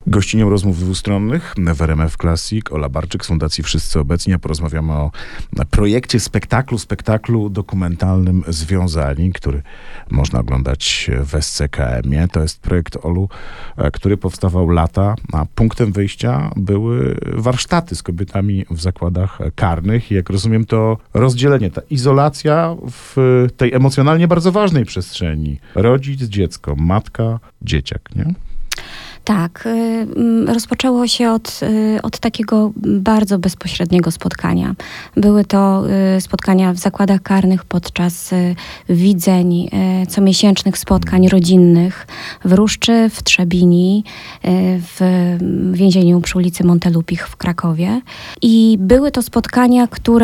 Gościnią rozmów dwustronnych w RMF Classic Ola Barczyk z Fundacji Wszyscy Obecni. A porozmawiamy o projekcie spektaklu dokumentalnym Związani, który można oglądać w SCKM-ie. To jest projekt, Olu, który powstawał lata, a punktem wyjścia były warsztaty z kobietami w zakładach karnych. I jak rozumiem, to rozdzielenie, ta izolacja w tej emocjonalnie bardzo ważnej przestrzeni. Rodzic, dziecko, matka, dzieciak, nie? Tak, rozpoczęło się od takiego bardzo bezpośredniego spotkania. Były to spotkania w zakładach karnych podczas widzeń, comiesięcznych spotkań rodzinnych w Ruszczy, w Trzebini, w więzieniu przy ulicy Montelupich w Krakowie. I były to spotkania,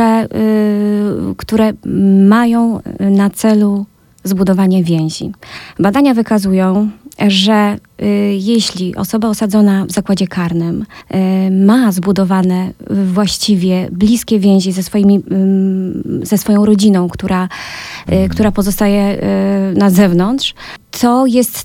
które mają na celu zbudowanie więzi. Badania wykazują, że jeśli osoba osadzona w zakładzie karnym ma zbudowane właściwie bliskie więzi ze swoją rodziną, która pozostaje na zewnątrz, to jest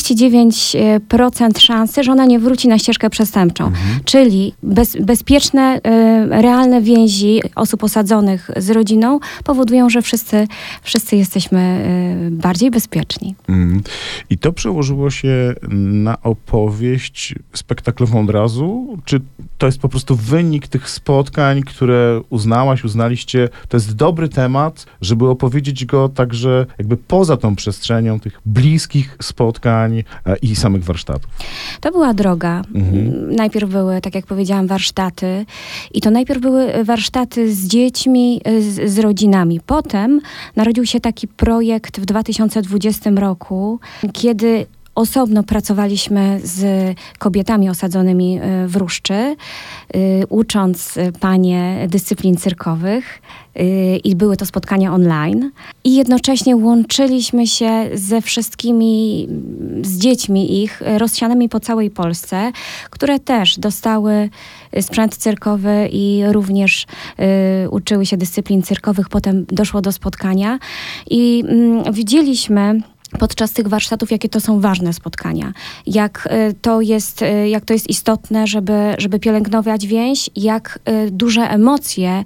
39% szansy, że ona nie wróci na ścieżkę przestępczą. Czyli bezpieczne, realne więzi osób osadzonych z rodziną powodują, że wszyscy jesteśmy bardziej bezpieczni. I to przełożyło się na opowieść spektaklową od razu? Czy to jest po prostu wynik tych spotkań, które uznaliście, to jest dobry temat, żeby opowiedzieć go także jakby poza tą przestrzenią tych bliskich spotkań i samych warsztatów? To była droga. Najpierw były, tak jak powiedziałam, warsztaty i to najpierw były warsztaty z dziećmi, z rodzinami. Potem narodził się taki projekt w 2020 roku, kiedy osobno pracowaliśmy z kobietami osadzonymi w Ruszczy, ucząc panie dyscyplin cyrkowych i były to spotkania online. I jednocześnie łączyliśmy się ze wszystkimi, z dziećmi ich, rozsianymi po całej Polsce, które też dostały sprzęt cyrkowy i również uczyły się dyscyplin cyrkowych. Potem doszło do spotkania i widzieliśmy podczas tych warsztatów, jakie to są ważne spotkania. Jak to jest istotne, żeby pielęgnować więź, jak duże emocje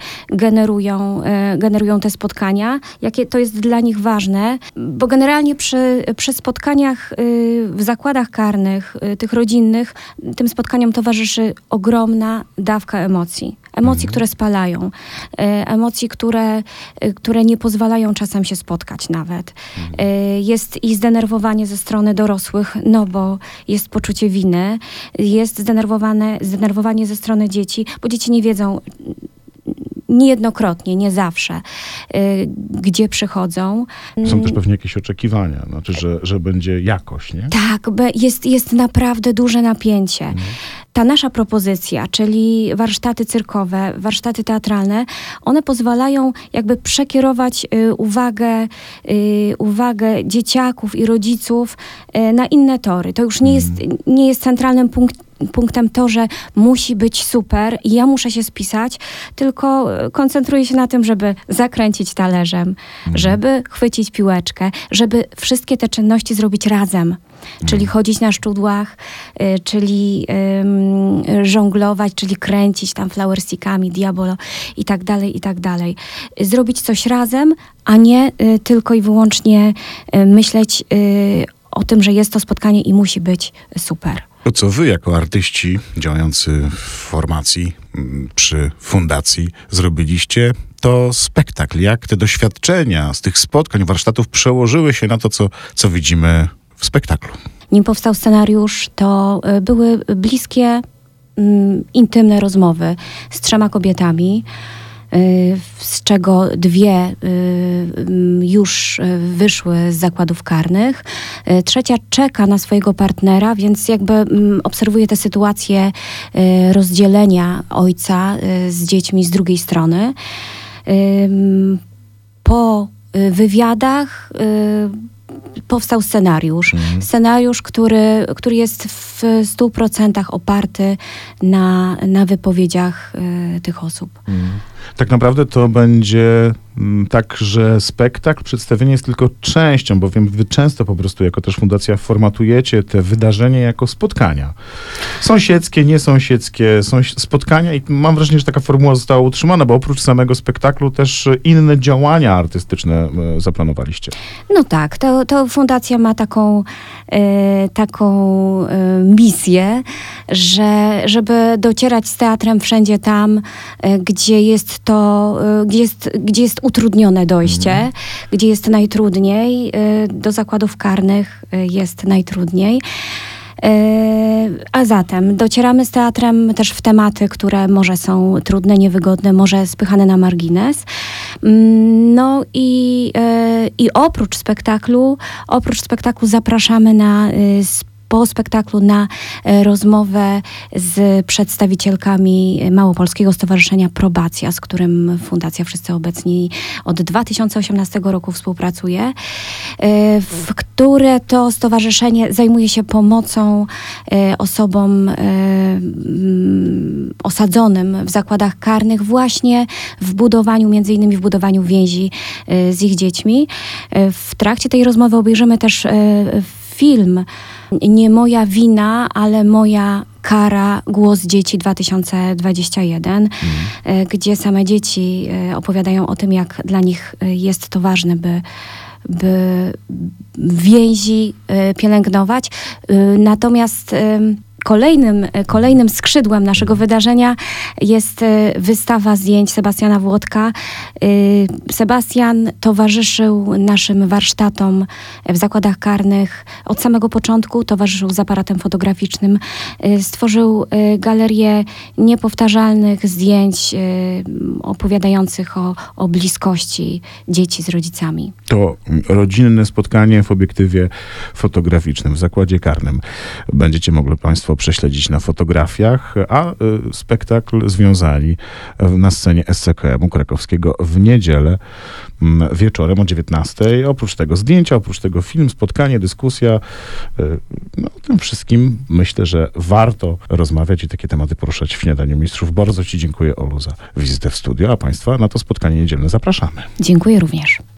generują te spotkania, jakie to jest dla nich ważne, bo generalnie przy spotkaniach w zakładach karnych, tych rodzinnych, tym spotkaniom towarzyszy ogromna dawka emocji. Emocji, które spalają. Emocji, które nie pozwalają czasem się spotkać nawet. Jest i zdenerwowanie ze strony dorosłych, no bo jest poczucie winy. Jest zdenerwowanie ze strony dzieci, bo dzieci nie wiedzą niejednokrotnie, nie zawsze, gdzie przychodzą. Są też pewnie jakieś oczekiwania, znaczy, że będzie jakoś, nie? Tak, jest naprawdę duże napięcie. Ta nasza propozycja, czyli warsztaty cyrkowe, warsztaty teatralne, one pozwalają jakby przekierować uwagę dzieciaków i rodziców na inne tory. To już nie jest centralnym punktem to, że musi być super i ja muszę się spisać, tylko koncentruję się na tym, żeby zakręcić talerzem, żeby chwycić piłeczkę, żeby wszystkie te czynności zrobić razem. Czyli chodzić na szczudłach, czyli żonglować, czyli kręcić tam flowerstickami, diabolo i tak dalej, i tak dalej. Zrobić coś razem, a nie tylko i wyłącznie myśleć o tym, że jest to spotkanie i musi być super. To, co wy jako artyści działający w formacji przy fundacji zrobiliście, to spektakl. Jak te doświadczenia z tych spotkań, warsztatów przełożyły się na to, co widzimy w spektaklu? Nim powstał scenariusz, to były bliskie, intymne rozmowy z 3 kobietami, z czego 2 już wyszły z zakładów karnych. 3 czeka na swojego partnera, więc jakby obserwuje tę sytuację rozdzielenia ojca z dziećmi z drugiej strony. Po wywiadach powstał scenariusz. Scenariusz, który jest w 100% oparty na wypowiedziach tych osób. Tak naprawdę to będzie tak, że spektakl, przedstawienie jest tylko częścią, bowiem wy często po prostu jako też fundacja formatujecie te wydarzenia jako spotkania. Sąsiedzkie, niesąsiedzkie, spotkania i mam wrażenie, że taka formuła została utrzymana, bo oprócz samego spektaklu też inne działania artystyczne zaplanowaliście. No tak, to fundacja ma taką misję, żeby docierać z teatrem wszędzie tam, gdzie jest gdzie jest utrudnione dojście, gdzie jest najtrudniej. Do zakładów karnych jest najtrudniej. A zatem docieramy z teatrem też w tematy, które może są trudne, niewygodne, może spychane na margines. No i oprócz spektaklu zapraszamy po spektaklu na rozmowę z przedstawicielkami Małopolskiego Stowarzyszenia Probacja, z którym Fundacja Wszyscy Obecni od 2018 roku współpracuje, w które to stowarzyszenie zajmuje się pomocą osobom osadzonym w zakładach karnych właśnie w budowaniu, między innymi w budowaniu więzi z ich dziećmi. W trakcie tej rozmowy obejrzymy też film Nie moja wina, ale moja kara, Głos dzieci 2021, gdzie same dzieci opowiadają o tym, jak dla nich jest to ważne, by więzi pielęgnować. Natomiast kolejnym skrzydłem naszego wydarzenia jest wystawa zdjęć Sebastiana Włodka. Sebastian towarzyszył naszym warsztatom w zakładach karnych od samego początku, towarzyszył z aparatem fotograficznym, stworzył galerię niepowtarzalnych zdjęć opowiadających o bliskości dzieci z rodzicami. To rodzinne spotkanie w obiektywie fotograficznym w zakładzie karnym. Będziecie mogli Państwo prześledzić na fotografiach, a spektakl Związani na scenie SCKM-u krakowskiego w niedzielę wieczorem o 19:00. Oprócz tego zdjęcia, oprócz tego film, spotkanie, dyskusja. No, o tym wszystkim myślę, że warto rozmawiać i takie tematy poruszać w Śniadaniu Mistrzów. Bardzo Ci dziękuję, Olu, za wizytę w studio, a Państwa na to spotkanie niedzielne zapraszamy. Dziękuję również.